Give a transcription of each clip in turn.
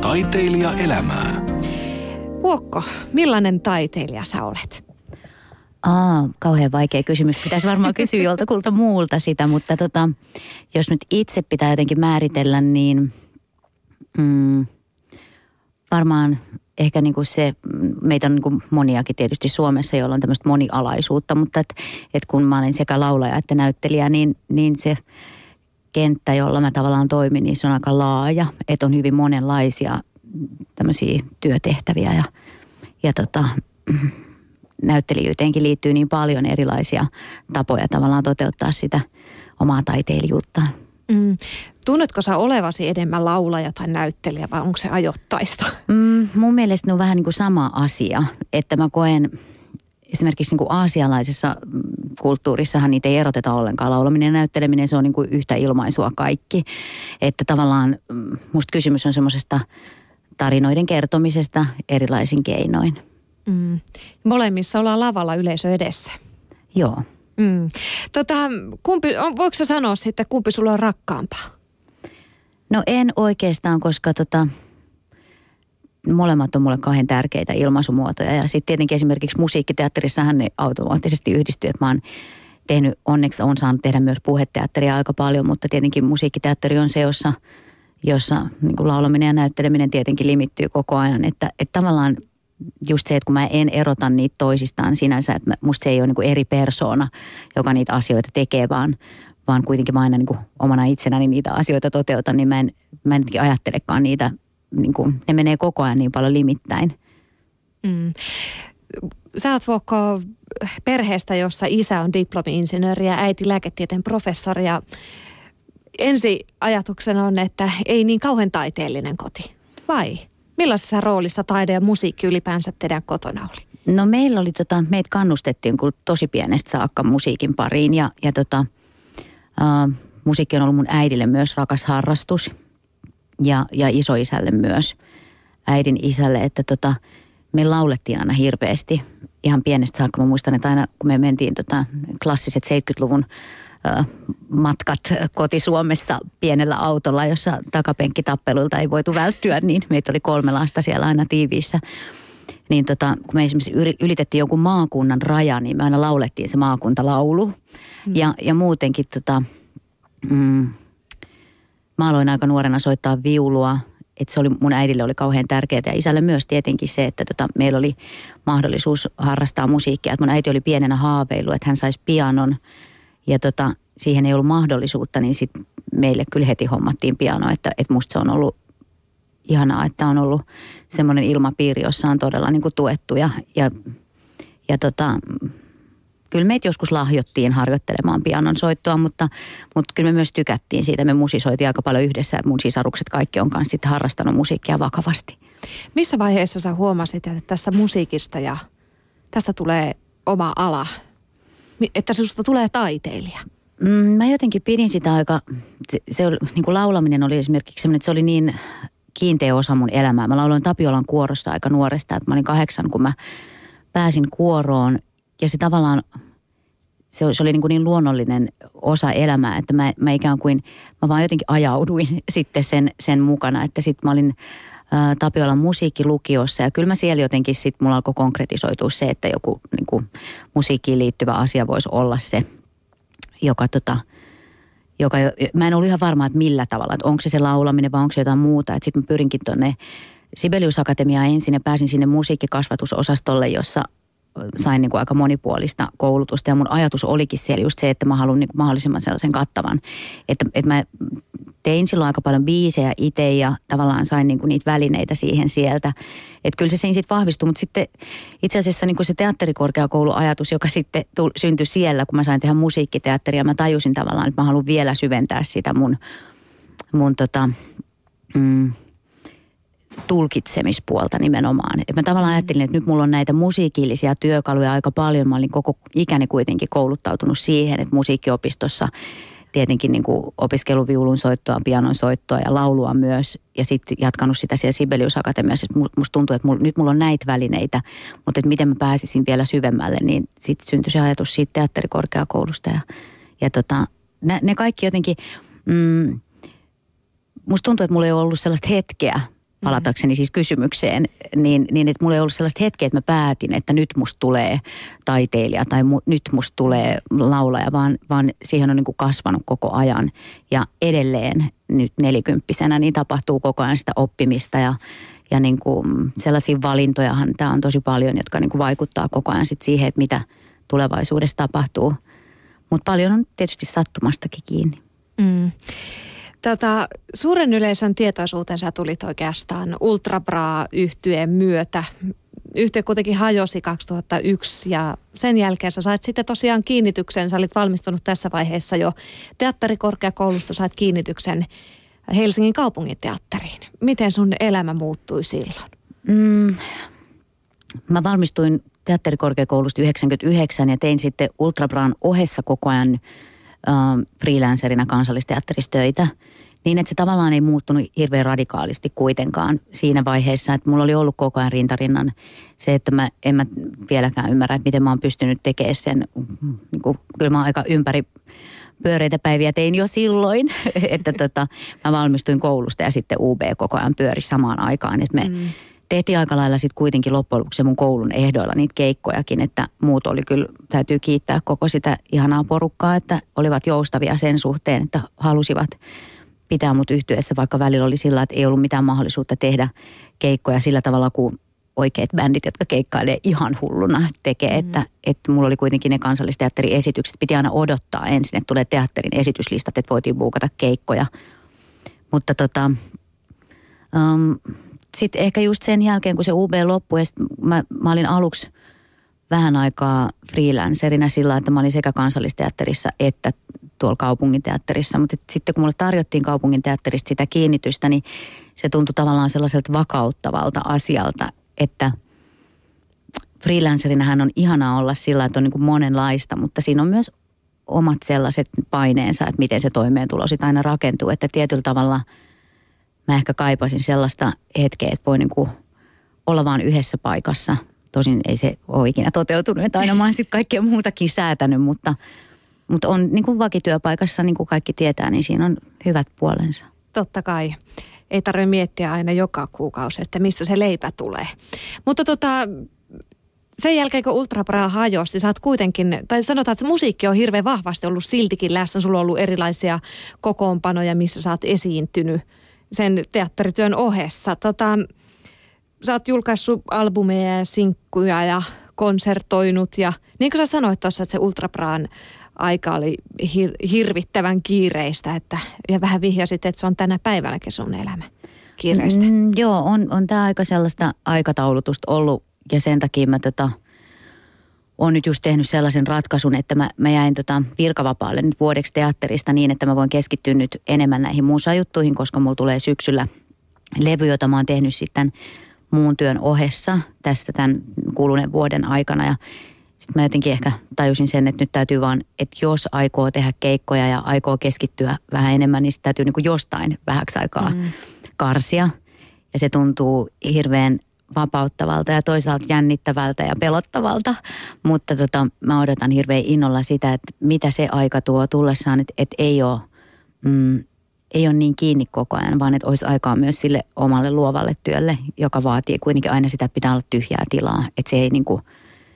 Taiteilijaelämää. Vuokko, millainen taiteilija sä olet? Kauhean vaikea kysymys. Pitäisi varmaan kysyä joltakulta muulta sitä, mutta jos nyt itse pitää jotenkin määritellä, niin varmaan ehkä niin kuin se, meitä on niin kuin moniakin tietysti Suomessa, joilla on tämmöistä monialaisuutta, mutta et kun mä olen sekä laulaja että näyttelijä, niin se kenttä, jolla mä tavallaan toimin, niin se on aika laaja, että on hyvin monenlaisia tämmöisiä työtehtäviä ja näyttelijyyteenkin liittyy niin paljon erilaisia tapoja tavallaan toteuttaa sitä omaa taiteilijuuttaan. Tunnetko sä olevasi enemmän laulaja tai näyttelijä vai onko se ajoittaista? Mun mielestä ne on vähän niin kuin sama asia, että mä koen esimerkiksi niin kuin aasialaisessa kulttuurissahan niitä ei eroteta ollenkaan. Laulaminen ja näytteleminen, se on niin kuin yhtä ilmaisua kaikki. Että tavallaan musta kysymys on semmoisesta tarinoiden kertomisesta erilaisin keinoin. Molemmissa ollaan lavalla yleisö edessä. Joo. Voiko sä sanoa sitten, kumpi sulla on rakkaampaa? No en oikeastaan, koska molemmat on mulle kauhean tärkeitä ilmaisumuotoja. Ja sitten tietenkin esimerkiksi musiikkiteatterissahan ne automaattisesti yhdistyy. Mä oon tehnyt, onneksi on saanut tehdä myös puheteatteria aika paljon, mutta tietenkin musiikkiteatteri on se, jossa niin kuin laulaminen ja näytteleminen tietenkin limittyy koko ajan. Että tavallaan just se, että kun mä en erota niitä toisistaan sinänsä, että musta se ei ole niin kuin eri persoona, joka niitä asioita tekee, vaan kuitenkin mä aina niin kuin omana itsenäni niitä asioita toteutan, niin mä en ajattelekaan niitä, niin kuin, ne menee koko ajan niin paljon limittäin. Sä oot Vuokko perheestä, jossa isä on diplomi-insinööri ja äiti lääketieteen professori ja ensi ajatuksena on, että ei niin kauhean taiteellinen koti, vai? Millaisessa roolissa taide ja musiikki ylipäänsä teidän kotona oli? No meillä oli meitä kannustettiin tosi pienestä saakka musiikin pariin ja musiikki on ollut mun äidille myös rakas harrastus ja isoisälle myös, äidin isälle, että me laulettiin aina hirveästi ihan pienestä saakka. Mä muistan, että aina kun me mentiin klassiset 70-luvun matkat koti-Suomessa pienellä autolla, jossa takapenkkitappeluilta ei voitu välttyä, niin meitä oli 3 lasta siellä aina tiiviissä. Niin kun me esimerkiksi ylitettiin jonkun maakunnan raja, niin me aina laulettiin se maakuntalaulu. Ja muutenkin mä aloin aika nuorena soittaa viulua, että se oli mun äidille oli kauhean tärkeää ja isälle myös tietenkin se, että meillä oli mahdollisuus harrastaa musiikkia. Että mun äiti oli pienenä haaveillut, että hän saisi pianon. Ja siihen ei ollut mahdollisuutta, niin sitten meille kyllä heti hommattiin piano, että musta se on ollut ihanaa, että on ollut semmoinen ilmapiiri, jossa on todella niin kuin tuettu ja kyllä meitä joskus lahjottiin harjoittelemaan pianon soittoa, mutta kyllä me myös tykättiin siitä. Me musisoitiin aika paljon yhdessä, että mun sisarukset kaikki on kanssa sitten harrastanut musiikkia vakavasti. Missä vaiheessa sä huomasit, että tästä musiikista ja tästä tulee oma ala? Että susta tulee taiteilija? Mä jotenkin pidin sitä aika, se niin kuin laulaminen oli esimerkiksi semmoinen, että se oli niin kiinteä osa mun elämää. Mä lauloin Tapiolan kuorossa aika nuoresta, että mä olin 8, kun mä pääsin kuoroon. Ja se tavallaan, se oli niin luonnollinen osa elämää, että mä ikään kuin, mä vaan jotenkin ajauduin sitten sen mukana, että sitten mä olin Tapiolan musiikkilukiossa ja kyllä mä siellä jotenkin sitten mulla alkoi konkretisoitua se, että joku niin kuin musiikkiin liittyvä asia voisi olla se, joka mä en ollut ihan varma, että millä tavalla, että onko se laulaminen vai onko se jotain muuta, että sitten mä pyrinkin tuonne Sibelius Akatemiaan ensin ja pääsin sinne musiikkikasvatusosastolle, jossa sain niin kuin aika monipuolista koulutusta ja mun ajatus olikin siellä just se, että mä haluan niin kuin mahdollisimman sellaisen kattavan, että mä tein silloin aika paljon biisejä itse ja tavallaan sain niin kuin niitä välineitä siihen sieltä. Että kyllä se siinä sitten vahvistui, mutta sitten itse asiassa niin kuin se teatterikorkeakouluajatus, joka sitten syntyi siellä, kun mä sain tehdä musiikkiteatteria, mä tajusin tavallaan, että mä haluan vielä syventää sitä mun tulkitsemispuolta nimenomaan. Et mä tavallaan ajattelin, että nyt mulla on näitä musiikillisia työkaluja aika paljon. Mä olin koko ikäni kuitenkin kouluttautunut siihen, että musiikkiopistossa tietenkin niin kuin opiskellut viulun soittoa, pianon soittoa ja laulua myös. Ja sitten jatkanut sitä siellä Sibelius Akatemiassa. Musta tuntuu, että nyt mulla on näitä välineitä, mutta että miten mä pääsisin vielä syvemmälle, niin sitten syntyi se ajatus siitä teatterikorkeakoulusta. Ja ne kaikki jotenkin, musta tuntuu, että mulla ei ole ollut sellaista hetkeä, palatakseni siis kysymykseen, niin että mulla ei ollut sellaista hetkeä, että mä päätin, että nyt musta tulee taiteilija tai nyt musta tulee laulaja, vaan siihen on niin kuin kasvanut koko ajan. Ja edelleen nyt 40-vuotiaana niin tapahtuu koko ajan sitä oppimista ja niin kuin sellaisia valintojahan tämä on tosi paljon, jotka niin kuin vaikuttaa koko ajan sit siihen, että mitä tulevaisuudessa tapahtuu. Mutta paljon on tietysti sattumastakin kiinni. Suuren yleisön tietoisuuteen sä tulit oikeastaan Ultra Bra-yhtyeen myötä. Yhtye kuitenkin hajosi 2001 ja sen jälkeen sä sait sitten tosiaan kiinnityksen. Sä olit valmistunut tässä vaiheessa jo teatterikorkeakoulusta, sait kiinnityksen Helsingin kaupunginteatteriin. Miten sun elämä muuttui silloin? Mä valmistuin teatterikorkeakoulusta 1999 ja tein sitten Ultra Bran ohessa koko ajan freelancerina Kansallisteatterissa töitä. Niin, että se tavallaan ei muuttunut hirveän radikaalisti kuitenkaan siinä vaiheessa, että mulla oli ollut koko ajan rintarinnan se, että en mä vieläkään ymmärrä, että miten mä oon pystynyt tekemään sen. Niin kuin, kyllä mä oon aika ympäri pyöreitä päiviä tein jo silloin, että mä valmistuin koulusta ja sitten UB koko ajan pyöri samaan aikaan, että me tehtiin aika lailla sitten kuitenkin loppujen lopuksi mun koulun ehdoilla niitä keikkojakin, että muut oli kyllä, täytyy kiittää koko sitä ihanaa porukkaa, että olivat joustavia sen suhteen, että halusivat pitää mut yhtyeessä, vaikka välillä oli sillä, että ei ollut mitään mahdollisuutta tehdä keikkoja sillä tavalla kuin oikeat bändit, jotka keikkailee ihan hulluna tekee, että mulla oli kuitenkin ne Kansallisteatteriesitykset, piti aina odottaa ensin, että tulee teatterin esityslistat, että voitiin buukata keikkoja, mutta sitten ehkä just sen jälkeen, kun se UB loppui, mä olin aluksi vähän aikaa freelancerina sillä, että mä olin sekä Kansallisteatterissa että tuolla kaupunginteatterissa. Mutta sitten kun mulle tarjottiin kaupunginteatterista sitä kiinnitystä, niin se tuntui tavallaan sellaiselta vakauttavalta asialta, että freelancerinahan on ihanaa olla sillä, että on niin kuin monenlaista, mutta siinä on myös omat sellaiset paineensa, että miten se toimeentulo sitten aina rakentuu, että tietyllä tavalla mä ehkä kaipasin sellaista hetkeä, että voi niin kuin olla vaan yhdessä paikassa. Tosin ei se ole ikinä toteutunut, että aina mä oon sitten kaikkea muutakin säätänyt, mutta on niin kuin vakityöpaikassa, niin kuin kaikki tietää, niin siinä on hyvät puolensa. Totta kai. Ei tarvitse miettiä aina joka kuukausi, että mistä se leipä tulee. Mutta sen jälkeen, kun Ultra Bra hajosi, sä oot kuitenkin, tai sanotaan, että musiikki on hirveän vahvasti ollut siltikin läsnä. Sulla on ollut erilaisia kokoonpanoja, missä sä oot esiintynyt sen teatterityön ohessa. Sä oot julkaissut albumeja ja sinkkuja ja konsertoinut ja niin kuin sä sanoit tuossa, että se Ultra Bran aika oli hirvittävän kiireistä, ja vähän vihjasit, että se on tänä päivänäkin sun elämä kiireistä. Joo, on tämä aika sellaista aikataulutusta ollut ja sen takia mä oon nyt just tehnyt sellaisen ratkaisun, että mä jäin virkavapaalle nyt vuodeksi teatterista niin, että mä voin keskittyä nyt enemmän näihin musajuttuihin, koska mulla tulee syksyllä levy, jota mä oon tehnyt sitten muun työn ohessa tässä tämän kuluneen vuoden aikana ja sitten mä jotenkin ehkä tajusin sen, että nyt täytyy vaan, että jos aikoo tehdä keikkoja ja aikoo keskittyä vähän enemmän, niin sitten täytyy niin kuin jostain vähäksi aikaa karsia. Ja se tuntuu hirveän vapauttavalta ja toisaalta jännittävältä ja pelottavalta. Mutta mä odotan hirveän innolla sitä, että mitä se aika tuo tullessaan, että ei ole niin kiinni koko ajan, vaan että olisi aikaa myös sille omalle luovalle työlle, joka vaatii kuitenkin aina sitä pitää olla tyhjää tilaa. Että se ei niin kuin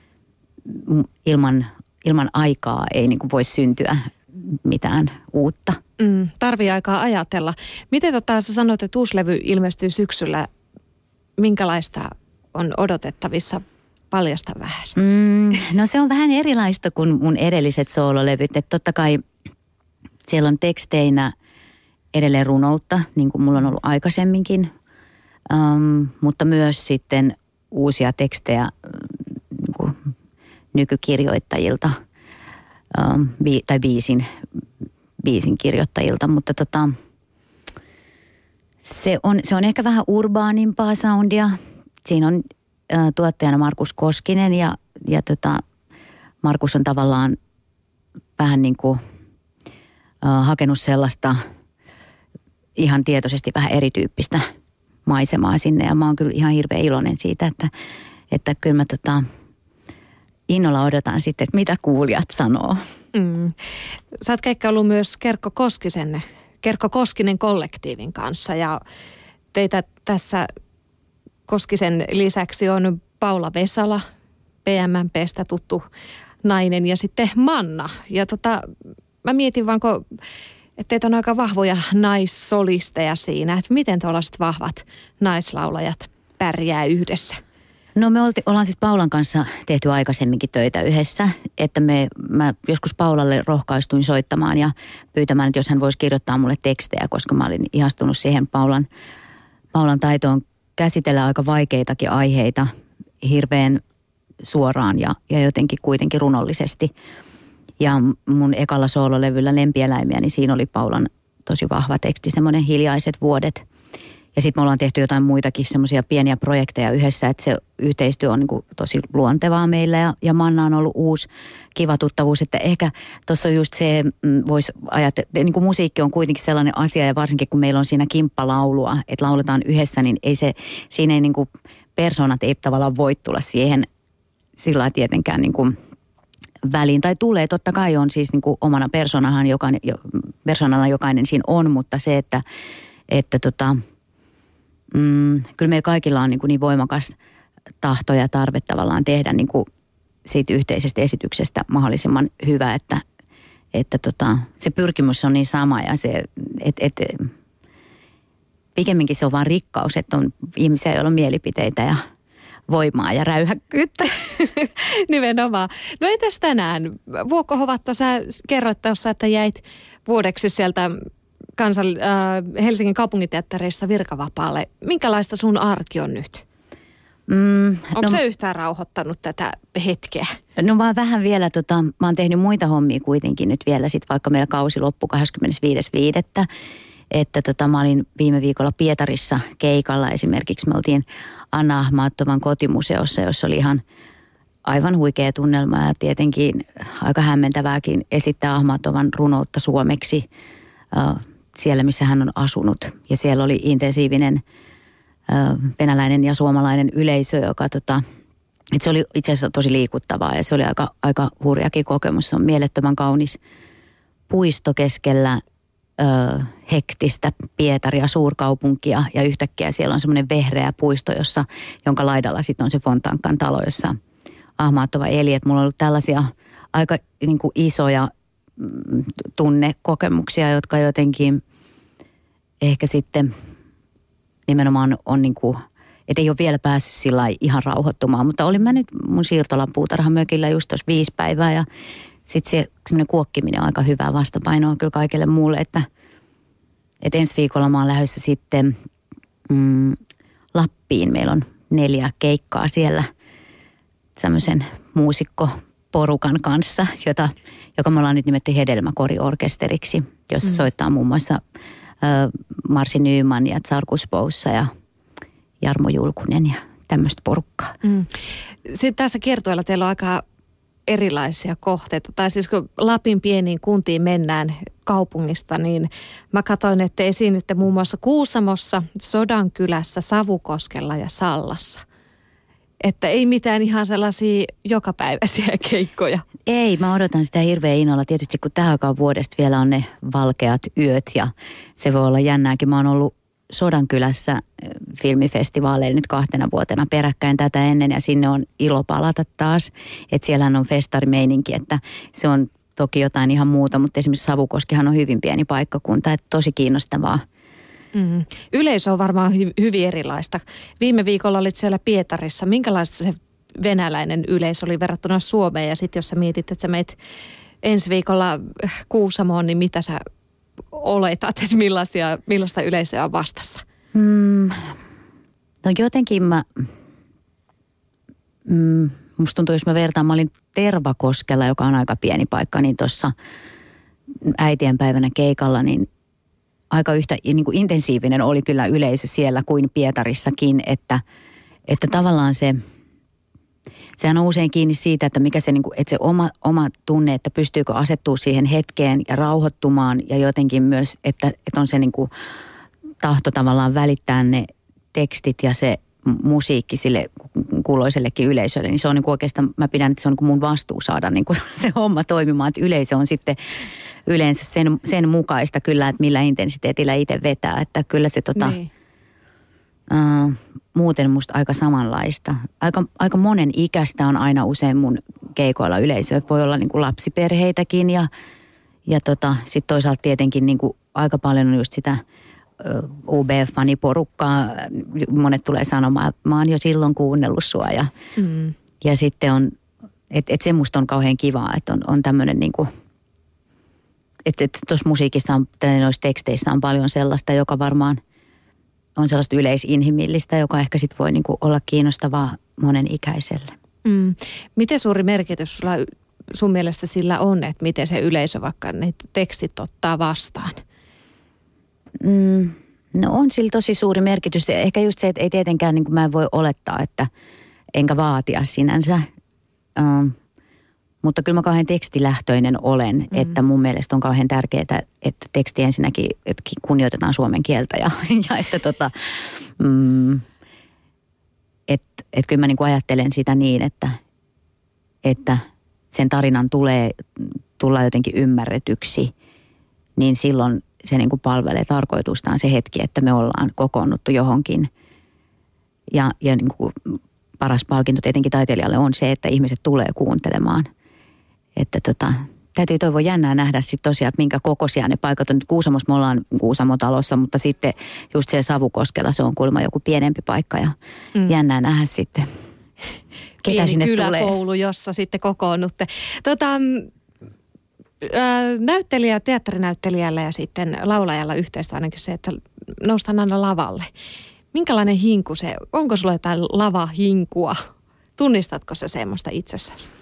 ilman aikaa ei niin kuin voi syntyä mitään uutta. Tarvii aikaa ajatella. Miten sä sanoit, että uusi levy ilmestyy syksyllä? Minkälaista on odotettavissa? Paljasta vähän. No se on vähän erilaista kuin mun edelliset soololevyt. Että totta kai siellä on teksteinä edelleen runoutta, niin kuin mulla on ollut aikaisemminkin. Mutta myös sitten uusia tekstejä niin kuin nykykirjoittajilta tai biisin kirjoittajilta, mutta se on ehkä vähän urbaanimpaa soundia. Siinä on tuottajana Markus Koskinen ja Markus on tavallaan vähän niin kuin hakenut sellaista ihan tietoisesti vähän erityyppistä maisemaa sinne ja mä oon kyllä ihan hirveän iloinen siitä, että kyllä mä innolla odotan sitten, että mitä kuulijat sanoo. Sä oot keikkaillut myös Kerkko Koskinen kollektiivin kanssa ja teitä tässä Koskisen lisäksi on Paula Vesala, PMMP:stä tuttu nainen ja sitten Manna. Ja mä mietin vaan, että teitä on aika vahvoja naissolisteja siinä, että miten tuollaiset vahvat naislaulajat pärjää yhdessä? No me ollaan siis Paulan kanssa tehty aikaisemminkin töitä yhdessä, että mä joskus Paulalle rohkaistuin soittamaan ja pyytämään, että jos hän voisi kirjoittaa mulle tekstejä, koska mä olin ihastunut siihen Paulan taitoon käsitellä aika vaikeitakin aiheita hirveän suoraan ja jotenkin kuitenkin runollisesti. Ja mun ekalla soololevyllä Lempieläimiä, niin siinä oli Paulan tosi vahva teksti, semmoinen Hiljaiset vuodet. Ja sitten me ollaan tehty jotain muitakin semmoisia pieniä projekteja yhdessä, että se yhteistyö on niin kuin tosi luontevaa meillä. Ja Manna on ollut uusi kiva tuttavuus, että ehkä tuossa on just se, voisi ajatella, niin kuin musiikki on kuitenkin sellainen asia, ja varsinkin kun meillä on siinä kimppalaulua, että lauletaan yhdessä, niin siinä ei niin kuin persoonat ei tavallaan voi tulla siihen sillä tietenkään niin kuin väliin. Tai tulee, totta kai on siis niin kuin omana persoonana jokainen siinä on, mutta se, että kyllä meillä kaikilla on niin voimakas tahto ja tarve tavallaan tehdä niin kuin siitä yhteisestä esityksestä mahdollisimman hyvä, että se pyrkimys on niin sama ja se, että pikemminkin se on vaan rikkaus, että on ihmisiä, joilla on mielipiteitä ja voimaa ja räyhäkkyyttä. Nimenomaan. No entäs tänään? Vuokko Hovatta, sä kerroit tuossa, että jäit vuodeksi sieltä Helsingin kaupunginteatterista virkavapaalle. Minkälaista sun arki on nyt? Onko se yhtään rauhoittanut tätä hetkeä? No vaan vähän vielä, mä oon tehnyt muita hommia kuitenkin nyt vielä sit, vaikka meillä kausi loppui 25.5. Että mä olin viime viikolla Pietarissa keikalla. Esimerkiksi me oltiin Anna Ahmatovan kotimuseossa, jossa oli aivan huikea tunnelma ja tietenkin aika hämmentävääkin esittää Ahmatovan runoutta suomeksi siellä, missä hän on asunut. Ja siellä oli intensiivinen venäläinen ja suomalainen yleisö, joka että se oli itse asiassa tosi liikuttavaa ja se oli aika hurjakin kokemus. Se on mielettömän kaunis puisto keskellä hektistä Pietaria, suurkaupunkia ja yhtäkkiä siellä on semmoinen vehreä puisto, jonka laidalla sitten on se Fontankan talo, jossa Ahmatova eli. Että mulla on ollut tällaisia aika niin kuin isoja tunnekokemuksia, jotka jotenkin ehkä sitten nimenomaan on niin kuin, että ei ole vielä päässyt sillä ihan rauhoittumaan, mutta olin mä nyt mun Siirtolan puutarhamökillä just tuossa 5 päivää ja sitten se semmoinen kuokkiminen on aika hyvää vastapainoa kyllä kaikille muulle, että ensi viikolla mä oon lähdössä sitten Lappiin. Meillä on 4 keikkaa siellä semmoisen muusikkoporukan kanssa, joka me ollaan nyt nimetty Hedelmäkoriorkesteriksi, jossa soittaa muun muassa Marsi Nyman ja Tsarkus Poussa ja Jarmo Julkunen ja tämmöistä porukkaa. Sitten tässä kiertueella teillä on aika erilaisia kohteita. Tai siis kun Lapin pieniin kuntiin mennään kaupungista, niin mä katsoin, että esiinnytte muun muassa Kuusamossa, Sodankylässä, Savukoskella ja Sallassa. Että ei mitään ihan sellaisia jokapäiväisiä keikkoja. Ei, mä odotan sitä hirveän innolla. Tietysti kun tähän aikaan vuodesta vielä on ne valkeat yöt ja se voi olla jännääkin. Mä oon ollut Sodankylässä filmifestivaaleilla nyt 2 vuotena peräkkäin tätä ennen ja sinne on ilo palata taas. Että siellähän on festarimeininki, että se on toki jotain ihan muuta, mutta esimerkiksi Savukoskihan on hyvin pieni paikkakunta, että tosi kiinnostavaa. Yleisö on varmaan hyvin erilaista. Viime viikolla olit siellä Pietarissa. Minkälaista se venäläinen yleisö oli verrattuna Suomeen? Ja sitten jos sä mietit, että sä meet ensi viikolla Kuusamoon, niin mitä sä oletat, että millaista yleisöä on vastassa? No jotenkin musta tuntuu, jos mä vertaan, mä olin Tervakoskella, joka on aika pieni paikka, niin tuossa äitienpäivänä keikalla, niin aika yhtä niin kuin intensiivinen oli kyllä yleisö siellä kuin Pietarissakin, että tavallaan sehän on usein kiinni siitä, että mikä se, niin kuin, että se oma tunne, että pystyykö asettua siihen hetkeen ja rauhoittumaan ja jotenkin myös, että on se niin kuin tahto tavallaan välittää ne tekstit ja se musiikki sille kuuloisellekin yleisölle, niin se on niin kuin oikeastaan, mä pidän, että se on niin kuin mun vastuu saada niin kuin se homma toimimaan, että yleisö on sitten yleensä sen mukaista kyllä, että millä intensiteetillä itse vetää, että kyllä se Niin. muuten musta aika samanlaista. Aika monen ikäistä on aina usein mun keikoilla yleisö. Voi olla niin kuin lapsiperheitäkin ja sitten toisaalta tietenkin niin kuin aika paljon on just sitä UB-faniporukkaa. Monet tulee sanomaan, että mä oon jo silloin kuunnellut sua ja sitten on, että se musta on kauhean kivaa, että on tämmöinen niin kuin, että tuossa musiikissa on, noissa teksteissä on paljon sellaista, joka varmaan on sellaista yleisinhimillistä, joka ehkä sitten voi niin kuin olla kiinnostavaa monen ikäiselle. Miten suuri merkitys sulla sun mielestä sillä on, että miten se yleisö vaikka ne tekstit ottaa vastaan? No on sillä tosi suuri merkitys. Ehkä just se, että ei tietenkään niin kuin mä en voi olettaa, että enkä vaatia sinänsä. Mutta kyllä mä kauhean tekstilähtöinen olen, että mun mielestä on kauhean tärkeää, että teksti ensinnäkin, että kunnioitetaan suomen kieltä ja että että kyllä mä niin kuin ajattelen sitä niin, että sen tarinan tulla jotenkin ymmärretyksi, niin silloin se niin kuin palvelee tarkoitustaan se hetki, että me ollaan kokoonnuttu johonkin. Ja niin kuin paras palkinto tietenkin taiteilijalle on se, että ihmiset tulee kuuntelemaan. Että täytyy toivoa jännää nähdä sitten tosiaan, minkä kokoisia ne paikat on. Nyt Kuusamossa me ollaan Kuusamotalossa, mutta sitten just siellä Savukoskella se on kuulemma joku pienempi paikka ja jännää nähdä sitten, ketä pieni sinne tulee. kyläkoulu, jossa sitten kokoonnutte. Teatterinäyttelijällä ja sitten laulajalla yhteistä ainakin se, että noustaan aina lavalle. Minkälainen hinku se, onko sulla jotain lavahinkua? Tunnistatko sä semmoista itsessäsi?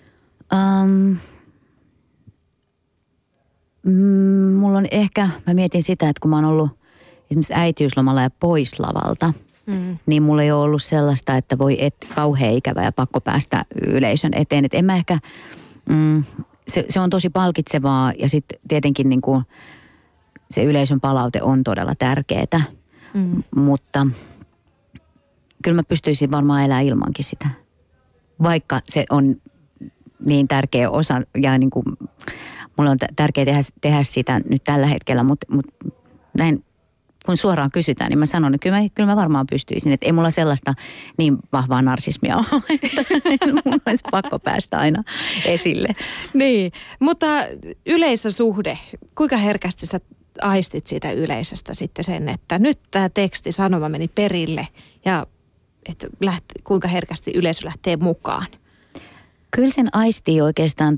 Mulla on ehkä, mä mietin sitä, että kun mä oon ollut esimerkiksi äitiyslomalla ja pois lavalta, niin mulla ei ole ollut sellaista, että voi kauhean ikävä ja pakko päästä yleisön eteen. Että en mä ehkä, se on tosi palkitsevaa ja sitten tietenkin niin kuin se yleisön palaute on todella tärkeää, mutta kyllä mä pystyisin varmaan elämään ilmankin sitä, vaikka se on niin tärkeä osa ja niin kuin mulla on tärkeää tehdä sitä nyt tällä hetkellä, mutta näin kun suoraan kysytään, niin mä sanon, että kyllä mä varmaan pystyisin. Että ei mulla sellaista niin vahvaa narsismia ole, että mun olisi pakko päästä aina esille. Niin, mutta yleisösuhde, kuinka herkästi sä aistit siitä yleisöstä sitten sen, että nyt tämä teksti, sanoma meni perille ja että kuinka herkästi yleisö lähtee mukaan? Kyllä sen aistii oikeastaan,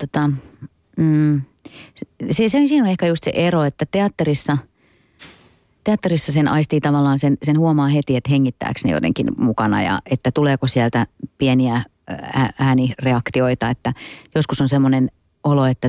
siinä on ehkä just se ero, että teatterissa sen aistii tavallaan, sen huomaa heti, että hengittääkö ne jotenkin mukana ja että tuleeko sieltä pieniä äänireaktioita, että joskus on semmoinen olo, että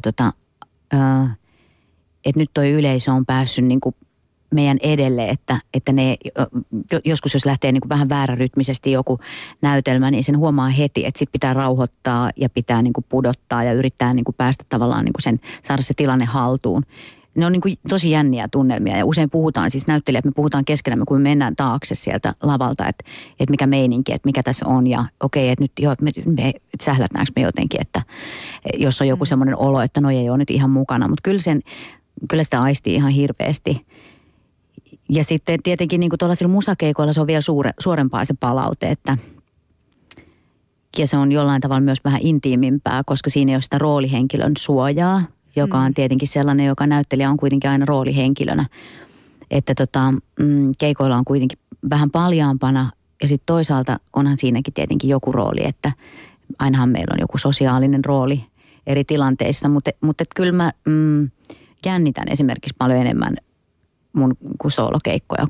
nyt toi yleisö on päässyt niin kuin meidän edelle, että ne joskus jos lähtee niin kuin vähän väärärytmisesti joku näytelmä, niin sen huomaa heti, että sit pitää rauhoittaa ja pitää niin kuin pudottaa ja yrittää niin kuin päästä tavallaan niin kuin saada se tilanne haltuun. Ne on niin kuin tosi jänniä tunnelmia ja usein puhutaan, siis näyttelijät, me puhutaan keskenämme, kun me mennään taakse sieltä lavalta, että mikä meininki, että mikä tässä on ja okei, että nyt joo, me sählätäänkö me jotenkin, että jos on joku semmoinen olo, että no ei ole nyt ihan mukana, mutta kyllä sitä aistii ihan hirveästi. Ja sitten tietenkin niin kuin tuollaisilla musakeikoilla se on vielä suurempaa se palaute, että ja se on jollain tavalla myös vähän intiimimpää, koska siinä ei ole sitä roolihenkilön suojaa, joka on tietenkin sellainen, joka näyttelijä on kuitenkin aina roolihenkilönä. Että keikoilla on kuitenkin vähän paljaampana ja sitten toisaalta onhan siinäkin tietenkin joku rooli, että ainahan meillä on joku sosiaalinen rooli eri tilanteissa, mutta kyllä mä jännitän esimerkiksi paljon enemmän mun soolokeikkoja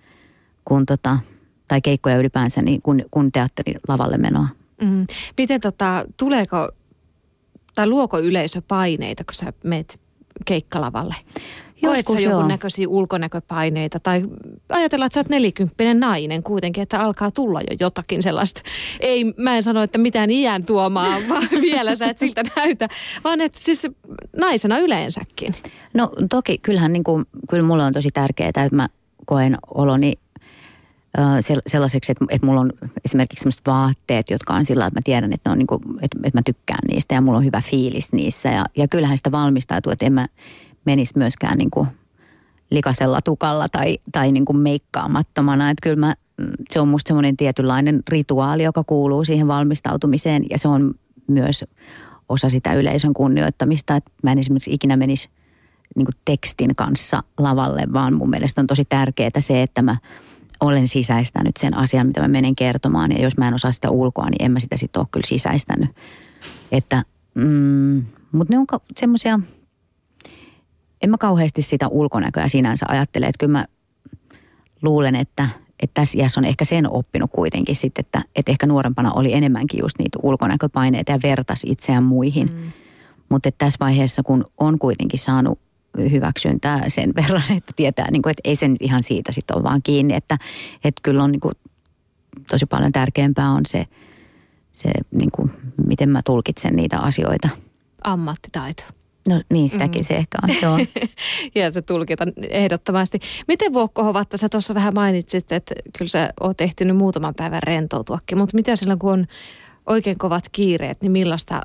tai keikkoja ylipäänsä niin kun teatterilavalle menoa. Miten tuleeko tai luoko yleisö paineita, kun sä meet keikkalavalle? Koet sä jonkun näköisiä ulkonäköpaineita tai ajatellaan, että sä oot 40 nainen kuitenkin, että alkaa tulla jo jotakin sellaista. Ei, mä en sano, että mitään iän tuomaa, vaan vielä sä et siltä näytä, vaan että siis naisena yleensäkin. No toki kyllähän kyllä mulle on tosi tärkeää, että mä koen oloni sellaiseksi, että mulla on esimerkiksi sellaiset vaatteet, jotka on sillä, että mä tiedän, että, ne on että mä tykkään niistä ja mulla on hyvä fiilis niissä. Ja kyllähän sitä valmistautuu, että en mä menisi myöskään likaisella tukalla tai meikkaamattomana. Että kyllä se on musta semmoinen tietynlainen rituaali, joka kuuluu siihen valmistautumiseen ja se on myös osa sitä yleisön kunnioittamista, että mä en esimerkiksi ikinä menisi niin kuin tekstin kanssa lavalle, vaan mun mielestä on tosi tärkeää se, että mä olen sisäistänyt sen asian, mitä mä menen kertomaan ja jos mä en osaa sitä ulkoa, niin en mä sitä sitten ole kyllä sisäistänyt. Että, mutta ne on semmoisia, en mä kauheasti sitä ulkonäköä sinänsä ajattele, että kyllä mä luulen, että tässä iässä on ehkä sen oppinut kuitenkin sitten, että ehkä nuorempana oli enemmänkin just niitä ulkonäköpaineita ja vertasi itseään muihin. Mutta tässä vaiheessa, kun on kuitenkin saanut hyväksyntää sen verran, että tietää, niin kuin, että ei se nyt ihan siitä sitten ole vaan kiinni, että kyllä on niin kuin, tosi paljon tärkeämpää on se niin kuin, miten mä tulkitsen niitä asioita. Ammattitaito. No niin, sitäkin se ehkä on, joo. Ja se tulkita ehdottomasti. Miten Vuokko Hovatta, sä tuossa vähän mainitsit, että kyllä sä oot ehtinyt muutaman päivän rentoutuakin, mutta mitä silloin, kun on oikein kovat kiireet, niin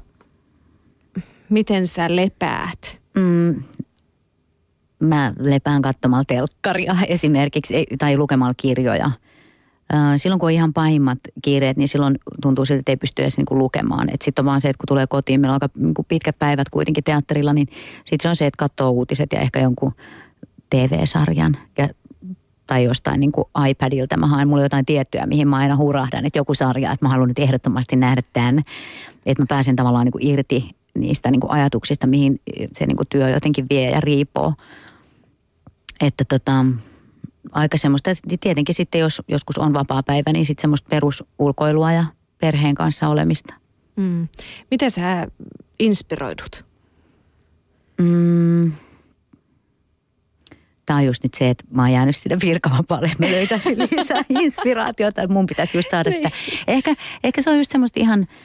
miten sä lepäät? Mä lepään katsomalla telkkaria esimerkiksi tai lukemalla kirjoja. Silloin kun on ihan pahimmat kiireet, niin silloin tuntuu siltä, että ei pysty edes niinku lukemaan. Sitten on vaan se, että kun tulee kotiin, meillä on aika niinku pitkät päivät kuitenkin teatterilla, niin sitten se on se, että katsoo uutiset ja ehkä jonkun TV-sarjan tai jostain niinku iPadilta. Mä haen mulle jotain tiettyä, mihin mä aina hurahdan, että joku sarja, että mä haluan nyt ehdottomasti nähdä tämän. Että mä pääsen tavallaan niinku irti niistä niinku ajatuksista, mihin se niinku työ jotenkin vie ja riipoo. Että aika semmoista, tietenkin sitten jos joskus on vapaa päivä, niin sitten semmoista perusulkoilua ja perheen kanssa olemista. Miten sä inspiroidut? Tämä on just nyt se, että mä oon jäänyt sitä virkavapaalle, että mä löytäisin lisää inspiraatiota, että mun pitäisi just saada sitä. Ehkä se on just semmoista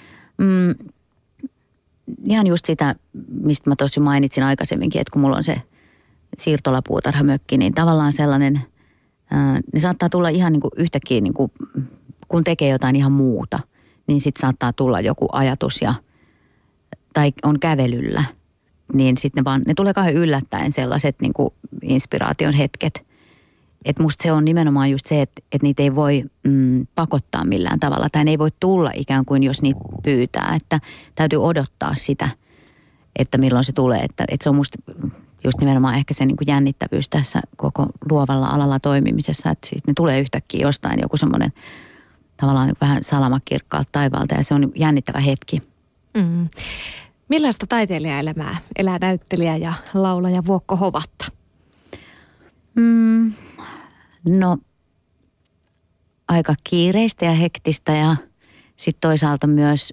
ihan just sitä, mistä mä tosi mainitsin aikaisemminkin, että kun mulla on se siirtolapuutarhamökki, niin tavallaan sellainen, ne saattaa tulla ihan niin kuin yhtäkkiä, niin kuin, kun tekee jotain ihan muuta, niin sitten saattaa tulla joku ajatus tai on kävelyllä, niin sitten ne tulee kauhean yllättäen sellaiset niin kuin inspiraation hetket. Että musta se on nimenomaan just se, että niitä ei voi pakottaa millään tavalla tai ne ei voi tulla ikään kuin jos niitä pyytää, että täytyy odottaa sitä, että milloin se tulee, että se on musta just nimenomaan ehkä se niin kuin jännittävyys tässä koko luovalla alalla toimimisessa, että siis ne tulee yhtäkkiä jostain joku semmoinen tavallaan niin vähän salamakirkkaalta taivaalta ja se on jännittävä hetki. Millaista taiteilijaelämää elää näyttelijä ja laulaja Vuokko Hovatta? No aika kiireistä ja hektistä ja sitten toisaalta myös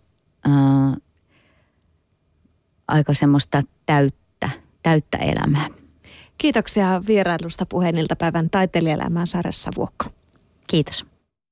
aika semmoista täyttä elämää. Kiitoksia vierailusta Puheen iltapäivän taiteilijaelämää sarjassa, Vuokko. Kiitos.